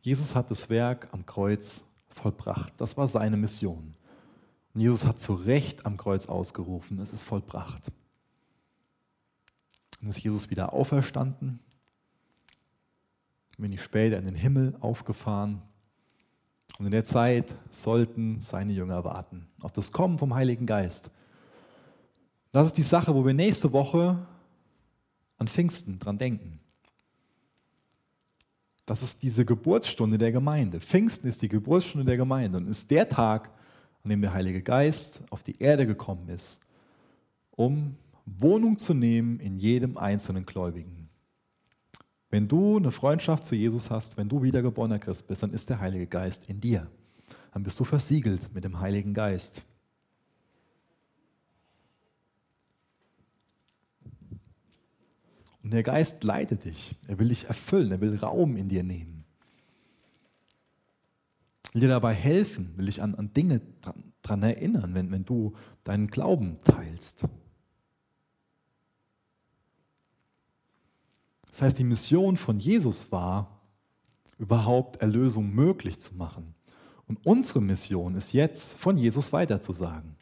Jesus hat das Werk am Kreuz vollbracht. Das war seine Mission. Und Jesus hat zu Recht am Kreuz ausgerufen, es ist vollbracht. Dann ist Jesus wieder auferstanden, bin ich später in den Himmel aufgefahren. Und in der Zeit sollten seine Jünger warten auf das Kommen vom Heiligen Geist. Das ist die Sache, wo wir nächste Woche an Pfingsten dran denken. Das ist diese Geburtsstunde der Gemeinde. Pfingsten ist die Geburtsstunde der Gemeinde und ist der Tag, an dem der Heilige Geist auf die Erde gekommen ist, um Wohnung zu nehmen in jedem einzelnen Gläubigen. Wenn du eine Freundschaft zu Jesus hast, wenn du wiedergeborener Christ bist, dann ist der Heilige Geist in dir. Dann bist du versiegelt mit dem Heiligen Geist. Und der Geist leitet dich. Er will dich erfüllen, er will Raum in dir nehmen. Er will dir dabei helfen, will dich an Dinge dran erinnern, wenn du deinen Glauben teilst. Das heißt, die Mission von Jesus war, überhaupt Erlösung möglich zu machen. Und unsere Mission ist jetzt, von Jesus weiterzusagen.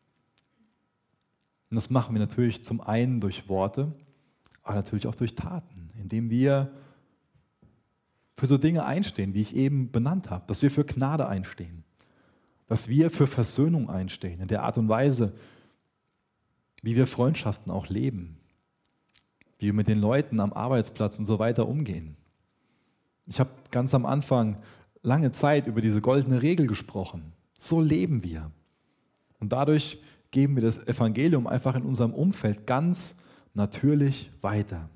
Und das machen wir natürlich zum einen durch Worte, aber natürlich auch durch Taten, indem wir für so Dinge einstehen, wie ich eben benannt habe, dass wir für Gnade einstehen, dass wir für Versöhnung einstehen, in der Art und Weise, wie wir Freundschaften auch leben, wie wir mit den Leuten am Arbeitsplatz und so weiter umgehen. Ich habe ganz am Anfang lange Zeit über diese goldene Regel gesprochen. So leben wir. Und dadurch geben wir das Evangelium einfach in unserem Umfeld ganz natürlich weiter.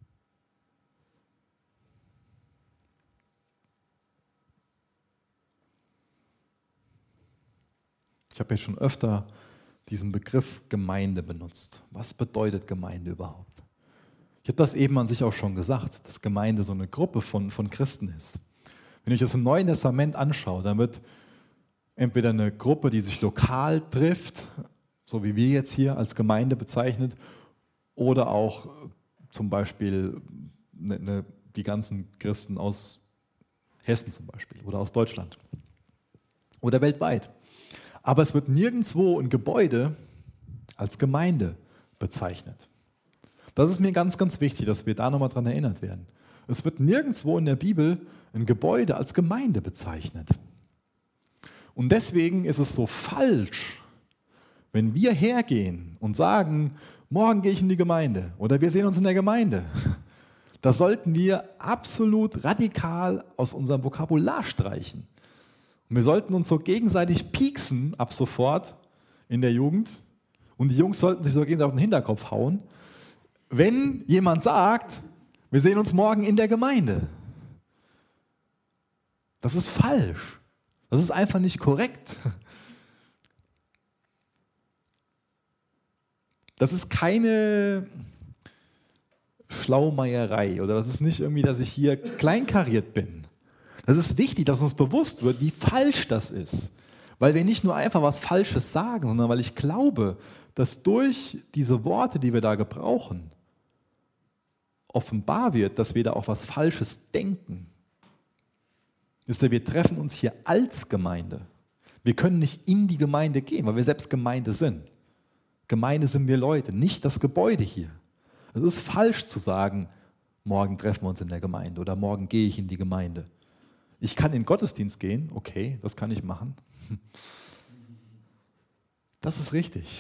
Ich habe jetzt schon öfter diesen Begriff Gemeinde benutzt. Was bedeutet Gemeinde überhaupt? Ich habe das eben an sich auch schon gesagt, dass Gemeinde so eine Gruppe von Christen ist. Wenn ich das im Neuen Testament anschaue, dann wird entweder eine Gruppe, die sich lokal trifft, so wie wir jetzt hier als Gemeinde bezeichnet, oder auch zum Beispiel die ganzen Christen aus Hessen zum Beispiel oder aus Deutschland oder weltweit. Aber es wird nirgendwo ein Gebäude als Gemeinde bezeichnet. Das ist mir ganz, ganz wichtig, dass wir da nochmal dran erinnert werden. Es wird nirgendwo in der Bibel ein Gebäude als Gemeinde bezeichnet. Und deswegen ist es so falsch, wenn wir hergehen und sagen, morgen gehe ich in die Gemeinde oder wir sehen uns in der Gemeinde. Das sollten wir absolut radikal aus unserem Vokabular streichen. Und wir sollten uns so gegenseitig pieksen ab sofort in der Jugend. Und die Jungs sollten sich so gegenseitig auf den Hinterkopf hauen, wenn jemand sagt, wir sehen uns morgen in der Gemeinde. Das ist falsch. Das ist einfach nicht korrekt. Das ist keine Schlaumeierei oder das ist nicht irgendwie, dass ich hier kleinkariert bin. Das ist wichtig, dass uns bewusst wird, wie falsch das ist. Weil wir nicht nur einfach was Falsches sagen, sondern weil ich glaube, dass durch diese Worte, die wir da gebrauchen, offenbar wird, dass wir da auch was Falsches denken. Wisst ihr, wir treffen uns hier als Gemeinde. Wir können nicht in die Gemeinde gehen, weil wir selbst Gemeinde sind. Gemeinde sind wir Leute, nicht das Gebäude hier. Es ist falsch zu sagen, morgen treffen wir uns in der Gemeinde oder morgen gehe ich in die Gemeinde. Ich kann in den Gottesdienst gehen, okay, das kann ich machen. Das ist richtig.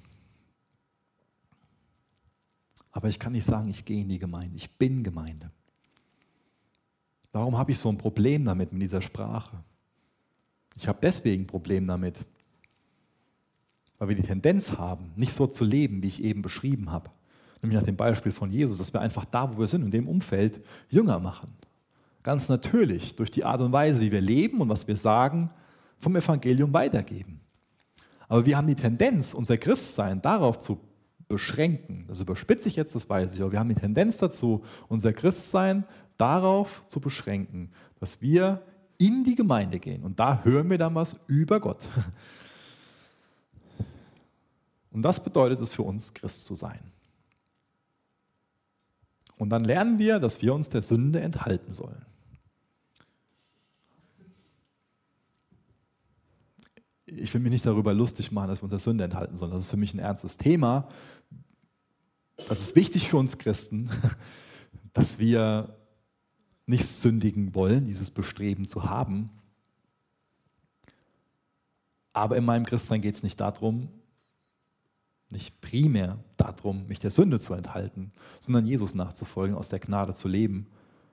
Aber ich kann nicht sagen, ich gehe in die Gemeinde, ich bin Gemeinde. Warum habe ich so ein Problem damit, mit dieser Sprache? Ich habe deswegen ein Problem damit, weil wir die Tendenz haben, nicht so zu leben, wie ich eben beschrieben habe. Nämlich nach dem Beispiel von Jesus, dass wir einfach da, wo wir sind, in dem Umfeld, Jünger machen. Ganz natürlich, durch die Art und Weise, wie wir leben und was wir sagen, vom Evangelium weitergeben. Aber wir haben die Tendenz, unser Christsein darauf zu beschränken. Das überspitze ich jetzt, das weiß ich, aber wir haben die Tendenz dazu, unser Christsein darauf zu beschränken, dass wir in die Gemeinde gehen. Und da hören wir dann was über Gott. Und das bedeutet es für uns, Christ zu sein. Und dann lernen wir, dass wir uns der Sünde enthalten sollen. ich will mich nicht darüber lustig machen, dass wir uns der Sünde enthalten sollen. Das ist für mich ein ernstes Thema. Das ist wichtig für uns Christen, dass wir nicht sündigen wollen, dieses Bestreben zu haben. Aber in meinem Christsein geht es nicht darum, nicht primär darum, mich der Sünde zu enthalten, sondern Jesus nachzufolgen, aus der Gnade zu leben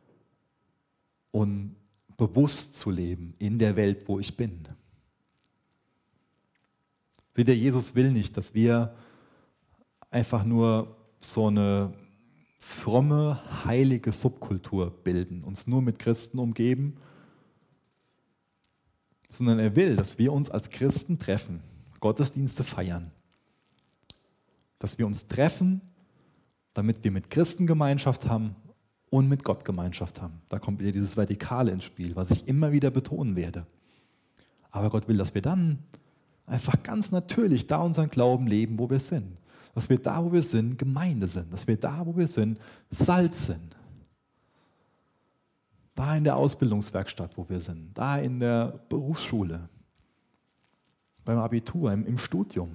und bewusst zu leben in der Welt, wo ich bin. Der Jesus will nicht, dass wir einfach nur so eine fromme, heilige Subkultur bilden, uns nur mit Christen umgeben, sondern er will, dass wir uns als Christen treffen, Gottesdienste feiern, dass wir uns treffen, damit wir mit Christen Gemeinschaft haben und mit Gott Gemeinschaft haben. Da kommt wieder dieses Vertikale ins Spiel, was ich immer wieder betonen werde. Aber Gott will, dass wir dann einfach ganz natürlich da unseren Glauben leben, wo wir sind. Dass wir da, wo wir sind, Gemeinde sind. Dass wir da, wo wir sind, Salz sind. Da in der Ausbildungswerkstatt, wo wir sind. Da in der Berufsschule. Beim Abitur, im Studium.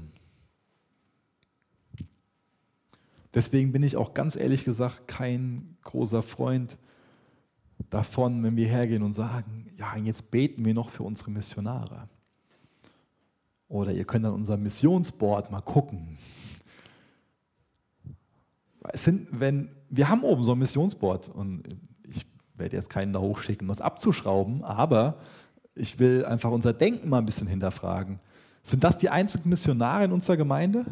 Deswegen bin ich auch ganz ehrlich gesagt kein großer Freund davon, wenn wir hergehen und sagen, ja, jetzt beten wir noch für unsere Missionare. Oder ihr könnt an unserem Missionsboard mal gucken. Wir haben oben so ein Missionsboard und ich werde jetzt keinen da hochschicken, um das abzuschrauben, aber ich will einfach unser Denken mal ein bisschen hinterfragen. Sind das die einzigen Missionare in unserer Gemeinde?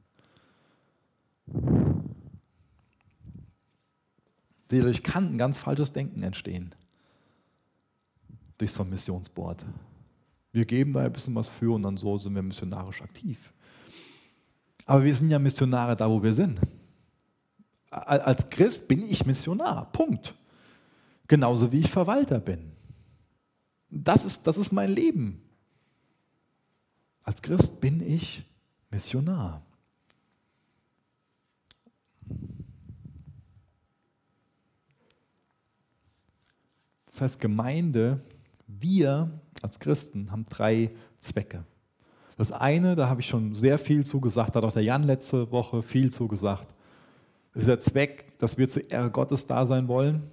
Dadurch kann ein ganz falsches Denken entstehen. Durch so ein Missionsboard. Wir geben da ein bisschen was für und dann so sind wir missionarisch aktiv. Aber wir sind ja Missionare da, wo wir sind. Als Christ bin ich Missionar, Punkt. Genauso wie ich Verwalter bin. Das ist mein Leben. Als Christ bin ich Missionar. Das heißt, Gemeinde, wir als Christen haben 3 Zwecke. Das eine, da habe ich schon sehr viel zugesagt, da hat auch der Jan letzte Woche viel zugesagt. Das ist der Zweck, dass wir zur Ehre Gottes da sein wollen.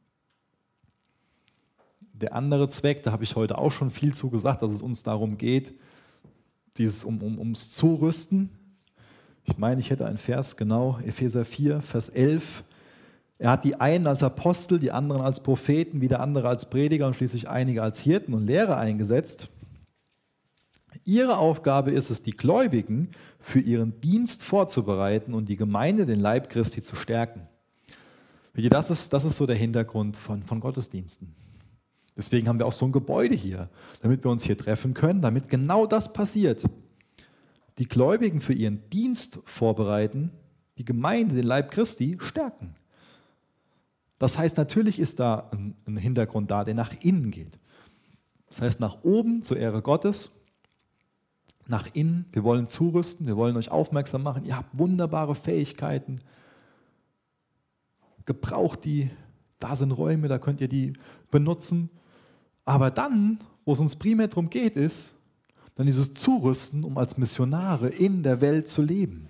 Der andere Zweck, da habe ich heute auch schon viel zugesagt, dass es uns darum geht, dieses ums Zurüsten. Ich meine, ich hätte einen Vers, genau, Epheser 4, Vers 11. Er hat die einen als Apostel, die anderen als Propheten, wieder andere als Prediger und schließlich einige als Hirten und Lehrer eingesetzt. Ihre Aufgabe ist es, die Gläubigen für ihren Dienst vorzubereiten und die Gemeinde, den Leib Christi, zu stärken. Das ist so der Hintergrund von Gottesdiensten. Deswegen haben wir auch so ein Gebäude hier, damit wir uns hier treffen können, damit genau das passiert. Die Gläubigen für ihren Dienst vorbereiten, die Gemeinde, den Leib Christi, stärken. Das heißt, natürlich ist da ein Hintergrund da, der nach innen geht. Das heißt, nach oben zur Ehre Gottes, nach innen, wir wollen zurüsten, wir wollen euch aufmerksam machen, ihr habt wunderbare Fähigkeiten, gebraucht die, da sind Räume, da könnt ihr die benutzen. Aber dann, wo es uns primär darum geht, ist, dann dieses Zurüsten, um als Missionare in der Welt zu leben.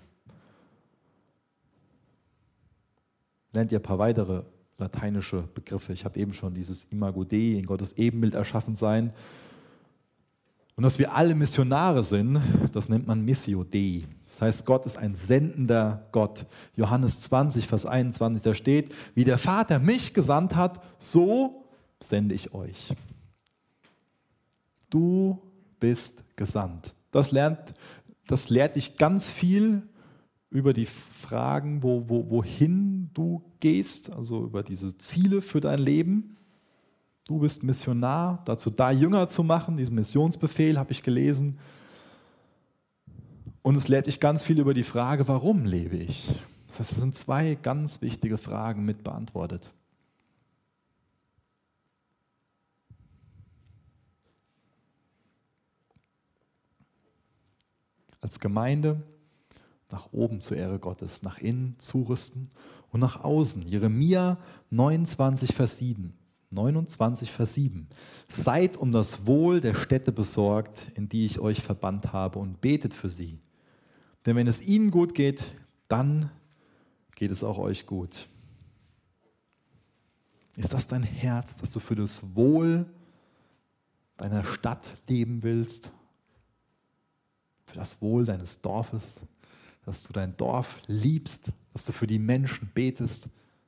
Lernt ihr ein paar weitere lateinische Begriffe. Ich habe eben schon dieses Imago Dei, in Gottes Ebenbild erschaffen sein. Und dass wir alle Missionare sind, das nennt man Missio Dei. Das heißt, Gott ist ein sendender Gott. Johannes 20, Vers 21, da steht, wie der Vater mich gesandt hat, so sende ich euch. Du bist gesandt. Das lehrt dich ganz viel über die Fragen, wohin du gehst, also über diese Ziele für dein Leben. Du bist Missionar, dazu da, Jünger zu machen. Diesen Missionsbefehl habe ich gelesen. Und es lehrt dich ganz viel über die Frage, warum lebe ich? Das heißt, es sind 2 ganz wichtige Fragen mit beantwortet. Als Gemeinde nach oben zur Ehre Gottes, nach innen zurüsten und nach außen. Jeremia 29, Vers 7. 29, Vers 7. Seid um das Wohl der Städte besorgt, in die ich euch verbannt habe, und betet für sie. Denn wenn es ihnen gut geht, dann geht es auch euch gut. Ist das dein Herz, dass du für das Wohl deiner Stadt leben willst? Für das Wohl deines Dorfes? Dass du dein Dorf liebst, dass du für die Menschen betest?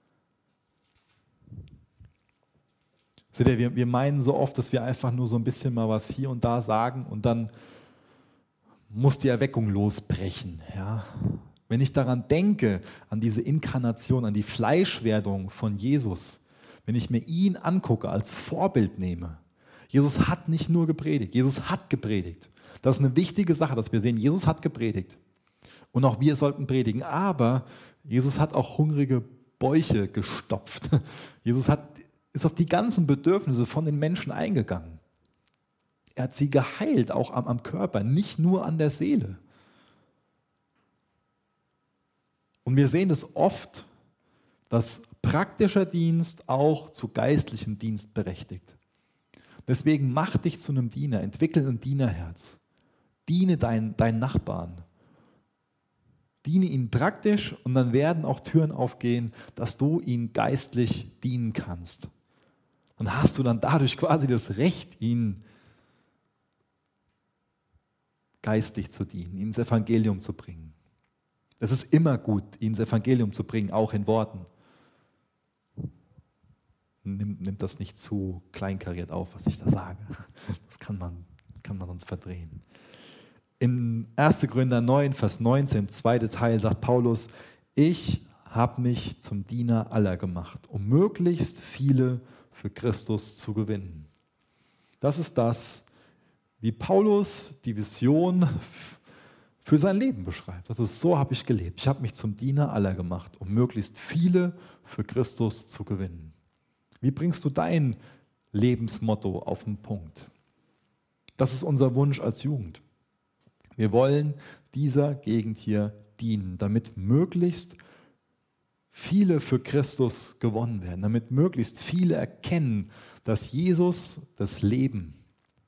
Seht ihr, wir meinen so oft, dass wir einfach nur so ein bisschen mal was hier und da sagen und dann muss die Erweckung losbrechen. Ja? Wenn ich daran denke, an diese Inkarnation, an die Fleischwerdung von Jesus, wenn ich mir ihn angucke, als Vorbild nehme, Jesus hat nicht nur gepredigt, Jesus hat gepredigt. Das ist eine wichtige Sache, dass wir sehen, Jesus hat gepredigt. Und auch wir sollten predigen, aber Jesus hat auch hungrige Bäuche gestopft. Jesus ist auf die ganzen Bedürfnisse von den Menschen eingegangen. Er hat sie geheilt, auch am Körper, nicht nur an der Seele. Und wir sehen das oft, dass praktischer Dienst auch zu geistlichem Dienst berechtigt. Deswegen mach dich zu einem Diener, entwickle ein Dienerherz. Diene deinen Nachbarn. Diene ihnen praktisch und dann werden auch Türen aufgehen, dass du ihnen geistlich dienen kannst. Und hast du dann dadurch quasi das Recht, ihnen geistlich zu dienen, ihnen das Evangelium zu bringen. Es ist immer gut, ihnen das Evangelium zu bringen, auch in Worten. Nimmt das nicht zu kleinkariert auf, was ich da sage. Das kann man sonst verdrehen. In 1. Korinther 9, Vers 19, im zweiten Teil, sagt Paulus, ich habe mich zum Diener aller gemacht, um möglichst viele für Christus zu gewinnen. Das ist das, wie Paulus die Vision für sein Leben beschreibt. Das ist, so habe ich gelebt. Ich habe mich zum Diener aller gemacht, um möglichst viele für Christus zu gewinnen. Wie bringst du dein Lebensmotto auf den Punkt? Das ist unser Wunsch als Jugend. Wir wollen dieser Gegend hier dienen, damit möglichst viele für Christus gewonnen werden, damit möglichst viele erkennen, dass Jesus das Leben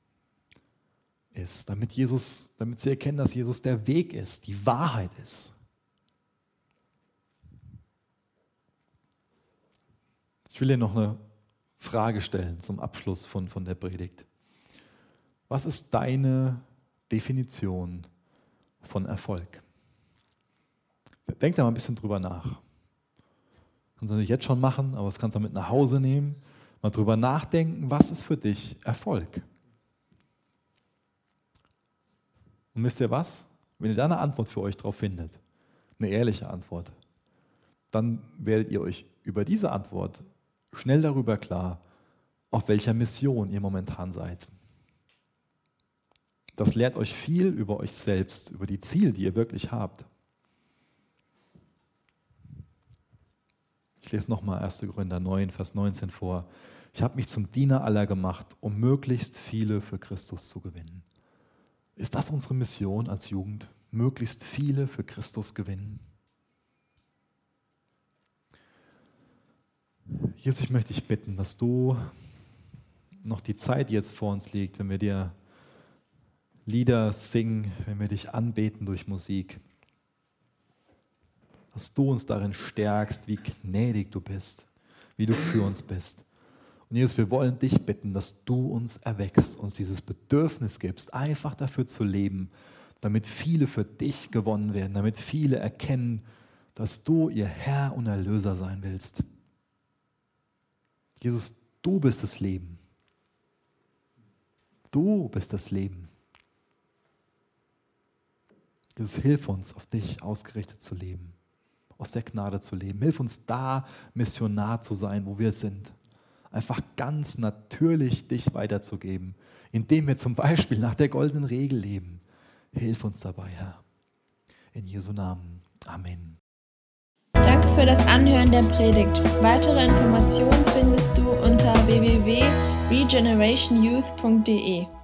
ist, damit sie erkennen, dass Jesus der Weg ist, die Wahrheit ist. Ich will dir noch eine Frage stellen zum Abschluss von der Predigt. Was ist deine Definition von Erfolg? Denk da mal ein bisschen drüber nach. Kannst du natürlich jetzt schon machen, aber das kannst du mit nach Hause nehmen. Mal drüber nachdenken, was ist für dich Erfolg? Und wisst ihr was? Wenn ihr da eine Antwort für euch drauf findet, eine ehrliche Antwort, dann werdet ihr euch über diese Antwort schnell darüber klar, auf welcher Mission ihr momentan seid. Das lehrt euch viel über euch selbst, über die Ziele, die ihr wirklich habt. Ich lese nochmal 1. Korinther 9, Vers 19 vor. Ich habe mich zum Diener aller gemacht, um möglichst viele für Christus zu gewinnen. Ist das unsere Mission als Jugend? Möglichst viele für Christus gewinnen? Jesus, ich möchte dich bitten, dass du noch die Zeit, die jetzt vor uns liegt, wenn wir dir Lieder singen, wenn wir dich anbeten durch Musik, dass du uns darin stärkst, wie gnädig du bist, wie du für uns bist. Und Jesus, wir wollen dich bitten, dass du uns erweckst, uns dieses Bedürfnis gibst, einfach dafür zu leben, damit viele für dich gewonnen werden, damit viele erkennen, dass du ihr Herr und Erlöser sein willst. Jesus, du bist das Leben. Du bist das Leben. Jesus, hilf uns, auf dich ausgerichtet zu leben, aus der Gnade zu leben. Hilf uns da, Missionar zu sein, wo wir sind. Einfach ganz natürlich dich weiterzugeben, indem wir zum Beispiel nach der goldenen Regel leben. Hilf uns dabei, Herr. In Jesu Namen. Amen. Danke für das Anhören der Predigt. Weitere Informationen findest du unter www.regenerationyouth.de.